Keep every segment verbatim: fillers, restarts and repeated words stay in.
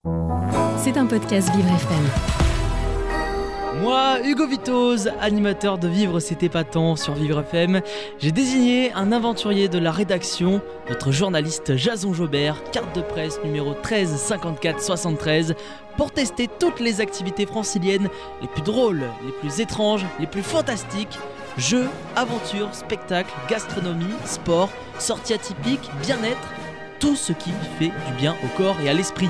C'est un podcast Vivre F M. Moi, Hugo Vitoz, animateur de Vivre c'est épatant sur Vivre F M, j'ai désigné un aventurier de la rédaction, notre journaliste Jason Jobert, carte de presse numéro treize cinquante-quatre soixante-treize, pour tester toutes les activités franciliennes les plus drôles, les plus étranges, les plus fantastiques. Jeux, aventures, spectacles, gastronomie, sport, sorties atypiques, bien-être, tout ce qui fait du bien au corps et à l'esprit.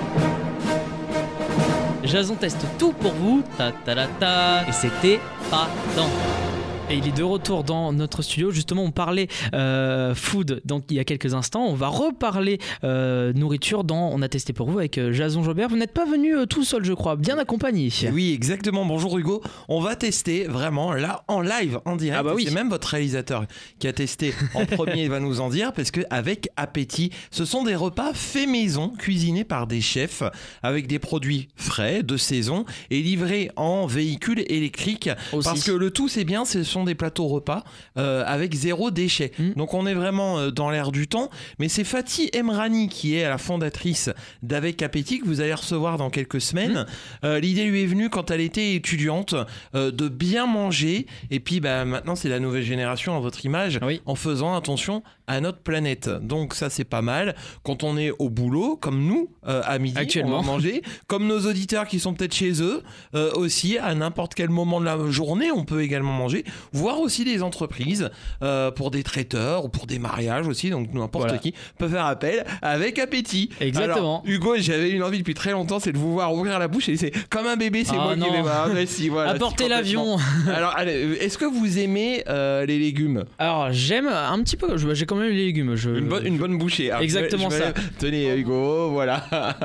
Jason teste tout pour vous, ta ta ta ta, et c'était pas tant. Et il est de retour dans notre studio. Justement, on parlait euh, food donc il y a quelques instants. On va reparler euh, nourriture dans On a testé pour vous avec euh, Jason Jobert. Vous n'êtes pas venu euh, tout seul, je crois, bien accompagné. Oui, exactement. Bonjour Hugo. On va tester vraiment là en live, en direct. Ah bah oui. C'est même votre réalisateur qui a testé en premier. Il va nous en dire parce que avec appétit, ce sont des repas faits maison, cuisinés par des chefs avec des produits frais de saison et livrés en véhicule électrique. Aussi. Parce que le tout, c'est bien, c'est des plateaux repas euh, avec zéro déchet. Mmh. Donc on est vraiment euh, dans l'air du temps. Mais c'est Fatih Emrani qui est la fondatrice d'Avec Appétit que vous allez recevoir dans quelques semaines. Mmh. Euh, l'idée lui est venue quand elle était étudiante euh, de bien manger. Et puis bah, maintenant c'est la nouvelle génération à votre image, oui, en faisant attention à notre planète. Donc ça c'est pas mal. Quand on est au boulot, comme nous, euh, à midi, actuellement, on va manger. Comme nos auditeurs qui sont peut-être chez eux, euh, aussi à n'importe quel moment de la journée, on peut également manger. Voire aussi des entreprises euh, pour des traiteurs ou pour des mariages aussi, donc n'importe voilà. qui peut faire appel avec appétit. Exactement. Alors, Hugo, j'avais une envie depuis très longtemps, c'est de vous voir ouvrir la bouche et c'est comme un bébé, c'est oh moi non. qui vais voir. Ah, si, voilà, apportez l'avion. Alors, allez, est-ce que vous aimez euh, les légumes ? Alors, j'aime un petit peu, j'ai quand même les légumes. Je... Une, bonne, une bonne bouchée. Alors, exactement je vais, je ça. vais... Tenez, Hugo, voilà.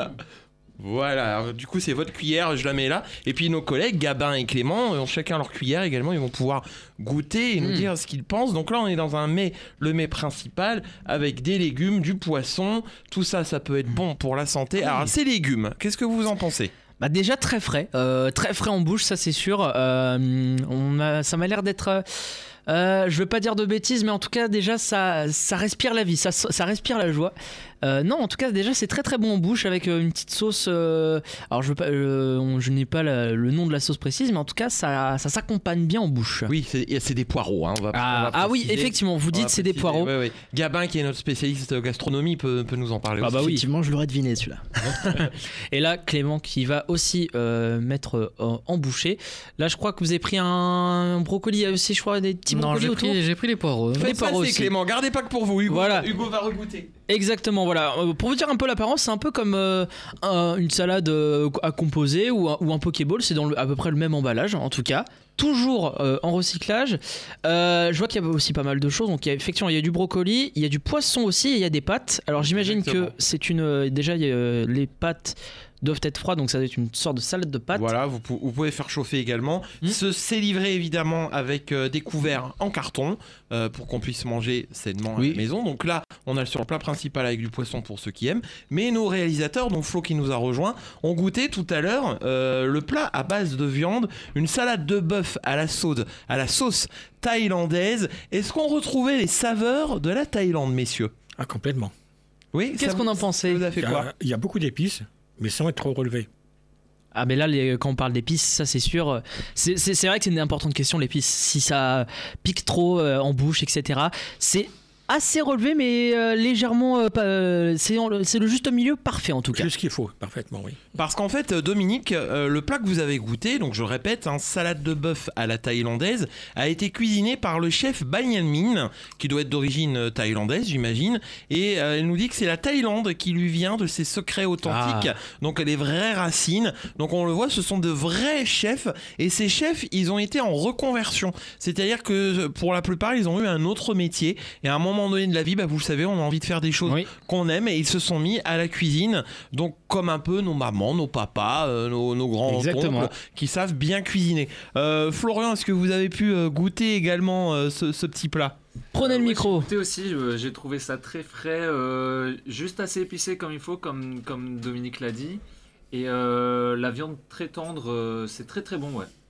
Voilà, alors, du coup c'est votre cuillère, je la mets là. Et puis nos collègues, Gabin et Clément, ont chacun leur cuillère également. Ils vont pouvoir goûter et nous mmh. dire ce qu'ils pensent. Donc là on est dans un mets, le mets principal, avec des légumes, du poisson. Tout ça, ça peut être bon pour la santé. Alors ces légumes, qu'est-ce que vous en pensez ? Bah déjà très frais, euh, très frais en bouche, ça c'est sûr. Euh, on a, ça m'a l'air d'être... Euh, je veux pas dire de bêtises, mais en tout cas déjà ça, ça respire la vie, ça, ça respire la joie. Euh, non, en tout cas déjà c'est très très bon en bouche avec euh, une petite sauce. Euh, alors je, veux pas, euh, je n'ai pas la, le nom de la sauce précise, mais en tout cas ça, ça s'accompagne bien en bouche. Oui, c'est, c'est des poireaux. Hein, on va, ah, on va ah oui, effectivement, vous dites c'est des poireaux. Ouais, ouais. Gabin, qui est notre spécialiste gastronomie, peut, peut nous en parler. Ah aussi. bah oui, effectivement, je l'aurais deviné celui-là. Et là, Clément qui va aussi euh, mettre euh, en bouchée. Là, je crois que vous avez pris un brocoli, aussi, je crois, des petits non, brocolis j'ai autour. Pris, j'ai pris les poireaux. Faites ça, c'est Clément. Gardez pas que pour vous. Hugo, voilà. Hugo va regoûter. Exactement, voilà. Pour vous dire un peu l'apparence, c'est un peu comme euh, un, une salade euh, à composer ou un, ou un Pokéball. C'est dans le, à peu près le même emballage, en tout cas. Toujours euh, en recyclage. Euh, je vois qu'il y a aussi pas mal de choses. Donc, il y a, effectivement, il y a du brocoli, il y a du poisson aussi, et il y a des pâtes. Alors, j'imagine Exactement. que c'est une. Euh, déjà, il y a, euh, les pâtes doivent être froides, donc ça doit être une sorte de salade de pâtes. Voilà, vous, pou- vous pouvez faire chauffer également. Mmh. Ce, c'est livré évidemment avec euh, des couverts en carton euh, pour qu'on puisse manger sainement oui. à la maison. Donc là, on a sur le plat principal avec du poisson pour ceux qui aiment. Mais nos réalisateurs, dont Flo qui nous a rejoint, ont goûté tout à l'heure euh, le plat à base de viande, une salade de bœuf à la sauce, à la sauce thaïlandaise. Est-ce qu'on retrouvait les saveurs de la Thaïlande, messieurs ? Ah, complètement. Oui. Qu'est-ce qu'on en pensait ? Vous avez fait quoi ? Il y a beaucoup d'épices, mais sans être trop relevé. Ah mais là les, quand on parle d'épices, ça c'est sûr, c'est, c'est, c'est vrai que c'est une importante question l'épice, si ça pique trop euh, en bouche, et cetera. C'est assez relevé mais euh, légèrement, euh, euh, c'est, c'est le juste milieu parfait en tout cas. Juste ce qu'il faut, parfaitement oui. Parce qu'en fait Dominique, euh, le plat que vous avez goûté, donc je répète, un salade de bœuf à la thaïlandaise, a été cuisiné par le chef Ban Min, qui doit être d'origine thaïlandaise j'imagine, et euh, elle nous dit que c'est la Thaïlande qui lui vient de ses secrets authentiques, ah. donc les vraies racines, donc on le voit, ce sont de vrais chefs, et ces chefs ils ont été en reconversion, c'est-à-dire que pour la plupart ils ont eu un autre métier, et à un moment donné de la vie, bah, vous le savez, on a envie de faire des choses oui. qu'on aime, et ils se sont mis à la cuisine, donc comme un peu nos mamans, nos papas, euh, nos, nos grands-oncles qui savent bien cuisiner. Euh, Florian, est-ce que vous avez pu euh, goûter également euh, ce, ce petit plat ? Prenez le euh, micro. Ouais, j'ai goûté aussi, euh, j'ai trouvé ça très frais, euh, juste assez épicé comme il faut, comme, comme Dominique l'a dit, et euh, la viande très tendre, euh, c'est très très bon, ouais.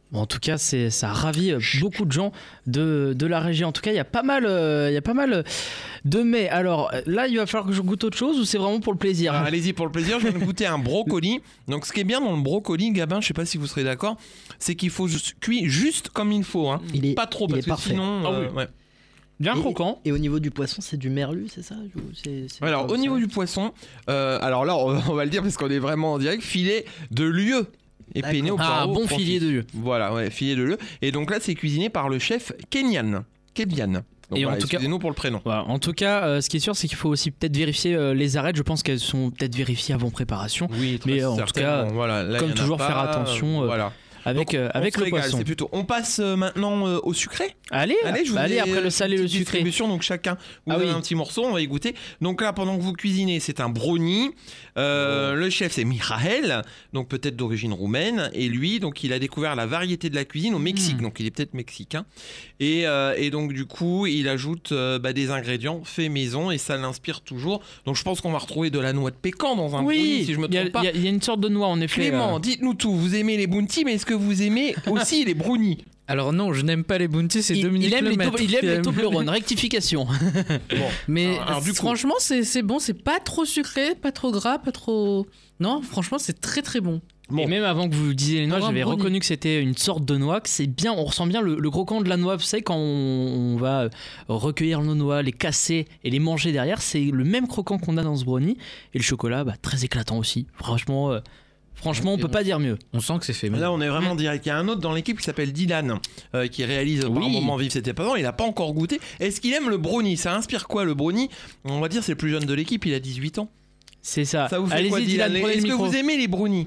Bon, en tout cas, c'est, ça ravit beaucoup de gens de, de la région. En tout cas, il y a pas mal, euh, il y a pas mal de mets. Alors là, il va falloir que je goûte autre chose ou c'est vraiment pour le plaisir? Alors, allez-y pour le plaisir, je vais goûter un brocoli. Donc ce qui est bien dans le brocoli, Gabin, je sais pas si vous serez d'accord, c'est qu'il faut juste cuire juste comme il faut. Hein. Il est, pas trop il parce est que parfait. sinon... Ah oui. euh, ouais. Bien Et- croquant. Et au niveau du poisson, c'est du merlu, c'est ça ou c'est- c'est Alors quoi, au niveau ça du poisson, euh, alors là on on va le dire parce qu'on est vraiment en direct, filet de lieu. Et D'accord. peiné au Ah, poireau bon confit. filet de lieu. Voilà, ouais, filet de lieu. Et donc là c'est cuisiné par le chef Kenyan. Kenyan. Donc Et en voilà, tout cas- excusez-nous pour le prénom. Voilà. En tout cas, euh, ce qui est sûr, c'est qu'il faut aussi peut-être vérifier euh, les arêtes. Je pense qu'elles sont peut-être vérifiées avant préparation. Oui, Mais, euh, en tout cas, voilà, là, comme il y en a toujours, pas, faire attention, euh, voilà. Avec, Donc, euh, on avec se le régale, poisson. c'est plutôt. On passe euh, maintenant euh, au sucré. Allez, Allez, je vous bah, allez ai, après euh, le salé et le petite sucré. distribution, donc chacun vous Ah avez oui. un petit morceau, on va y goûter. Donc là, pendant que vous cuisinez, c'est un brownie. Euh, Le chef, c'est Michael, donc peut-être d'origine roumaine. Et lui, donc il a découvert la variété de la cuisine au Mexique, Mm. donc il est peut-être mexicain. Et, euh, et donc du coup, il ajoute euh, bah, des ingrédients faits maison et ça l'inspire toujours. Donc je pense qu'on va retrouver de la noix de pécan dans un brownie, Oui, si je me il y, a- trompe pas. il y a- il y a une sorte de noix en effet. Clément, euh. dites-nous tout. Vous aimez les bounty, mais est-ce que vous aimez aussi les brownies? Alors non, je n'aime pas les bounty, c'est Il, Dominique il aime les Lemaitre taupes- il aime qui les aime. Toblerone. Rectification. Mais Alors, alors, du coup- franchement, c'est c'est bon, c'est pas trop sucré, pas trop gras, pas trop. Non, franchement, c'est très très bon. Bon. Et même avant que vous disiez les noix, Avoir un j'avais brownie. reconnu que c'était une sorte de noix, que c'est bien, on ressent bien le, le croquant de la noix. Vous savez, quand on, on va euh, recueillir nos noix, les casser et les manger derrière, c'est le même croquant qu'on a dans ce brownie. Et le chocolat, bah, très éclatant aussi. Franchement, euh, franchement, on peut pas dire mieux. On sent que c'est fait maison. Là, on est vraiment direct. Il y a un autre dans l'équipe qui s'appelle Dylan, euh, qui réalise par Oui. moment Vive C'était Pas Tant. Il n'a pas encore goûté. Est-ce qu'il aime le brownie? Ça inspire quoi le brownie? On va dire c'est le plus jeune de l'équipe, il a dix-huit ans. C'est ça. Ça vous fait Allez-y, quoi, Dylan, Dylan? prenez le Est-ce que micro. vous aimez les brownies?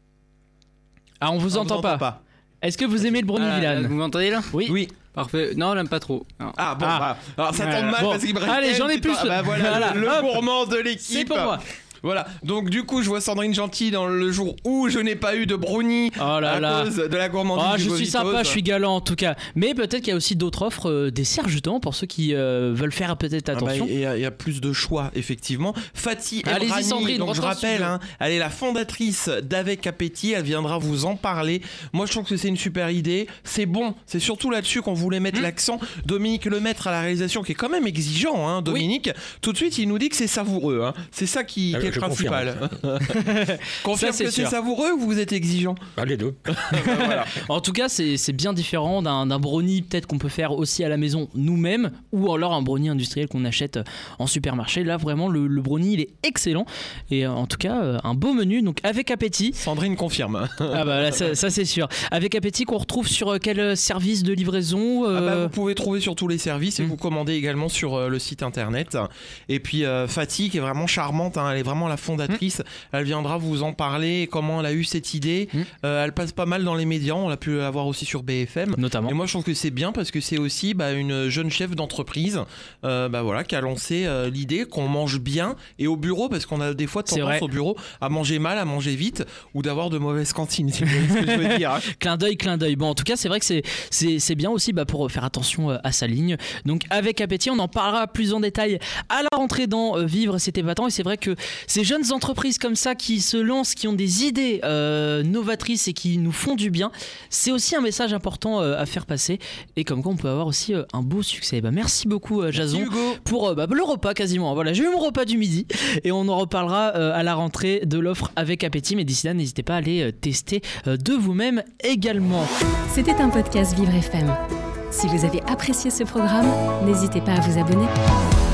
Ah, on vous Ah, entend pas. Est-ce que vous aimez le brownie, Ah, Dylan? Vous m'entendez là? Oui. Oui. Parfait. Non, on l'aime pas trop. Non. Ah bon, Ah. bah, alors ça Voilà. tombe mal Bon. parce qu'il me Allez, reste j'en ai un petit plus. peu- Bah, voilà, Voilà. le, le Hop. gourmand de l'équipe. C'est pour moi. Voilà, donc du coup, je vois Sandrine Gentil dans le jour où je n'ai pas eu de brownie Oh là à là. cause de la gourmandise. Ah, du je suis Vovitose. sympa, je suis galant en tout cas. Mais peut-être qu'il y a aussi d'autres offres euh, desserts justement pour ceux qui euh, veulent faire peut-être Ah bah, attention. Il y, a- il y a plus de choix, effectivement. Fatih Allez-y, Elrani, Sandrine, donc je rentre en rappelle, studio. hein, elle est la fondatrice d'Avec Appétit. Elle viendra vous en parler. Moi, je trouve que c'est une super idée. C'est bon. C'est surtout là-dessus qu'on voulait mettre l'accent. Dominique Lemaitre à la réalisation, qui est quand même exigeant, hein, Dominique. Tout de suite, il nous dit que c'est savoureux. Hein. C'est ça qui, Ah qui est oui, le je confirme. principal. Confirme Ça, c'est que c'est sûr. savoureux ou vous êtes exigeant? Ah, les deux. En tout cas, c'est c'est bien différent d'un d'un brownie peut-être qu'on peut faire aussi à la maison nous-mêmes ou alors un brownie industriel qu'on achète en supermarché. Là, vraiment, le, le brownie, il est excellent. Et euh, en tout cas, euh, un beau menu. Donc, avec appétit. Sandrine confirme. Ah bah là, ça, ça, c'est sûr. Avec appétit qu'on retrouve sur euh, quel service de livraison euh, Ah bah, vous pouvez trouver sur tous les services et Mm. vous commandez également sur euh, le site internet. Et puis euh, Fatih qui est vraiment charmante, hein, elle est vraiment la fondatrice. Elle viendra vous en parler, comment elle a eu cette idée. Mm. Euh, elle passe pas mal dans les médias, on l'a pu la voir aussi sur B F M. Notamment. Et moi je trouve que c'est bien parce que c'est aussi bah, une jeune chef d'entreprise euh, bah, voilà, qui a lancé euh, l'idée qu'on mange bien et au bureau, parce qu'on a des fois C'est tendance vrai. au bureau à manger mal, à manger vite ou d'avoir de mauvaises cantines, si vous voyez ce que je veux dire. Clin d'œil, clin d'œil. Bon, en tout cas, c'est vrai que c'est, c'est, c'est bien aussi bah, pour faire attention euh, à sa ligne. Donc, avec appétit, on en parlera plus en détail à la rentrée dans euh, Vivre, c'était pas tant. Et c'est vrai que ces jeunes entreprises comme ça qui se lancent, qui ont des idées euh, novatrices et qui nous font du bien, c'est aussi un message important euh, à faire passer. Et comme quoi, on peut avoir aussi euh, un beau succès. Bah, merci beaucoup, euh, Jason. Merci, Hugo. Pour euh, bah, le repas quasiment. Voilà, j'ai eu mon repas du midi et on en reparlera euh, à la rentrée de l'offre avec appétit. Mais d'ici là, n'hésitez pas à aller euh, tester euh, de vous-même également. C'était un podcast Vivre F M. Si vous avez apprécié ce programme, n'hésitez pas à vous abonner.